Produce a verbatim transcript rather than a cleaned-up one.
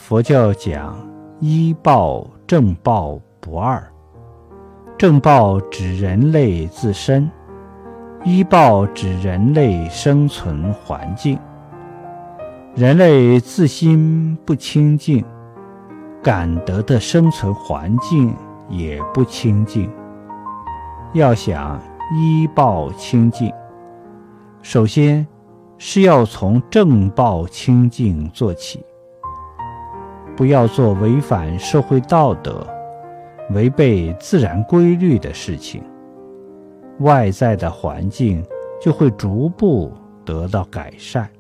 佛教讲依报正报不二，正报指人类自身，依报指人类生存环境。人类自心不清净，感得的生存环境也不清净。要想依报清净，首先是要从正报清净做起，不要做违反社会道德、违背自然规律的事情，外在的环境就会逐步得到改善。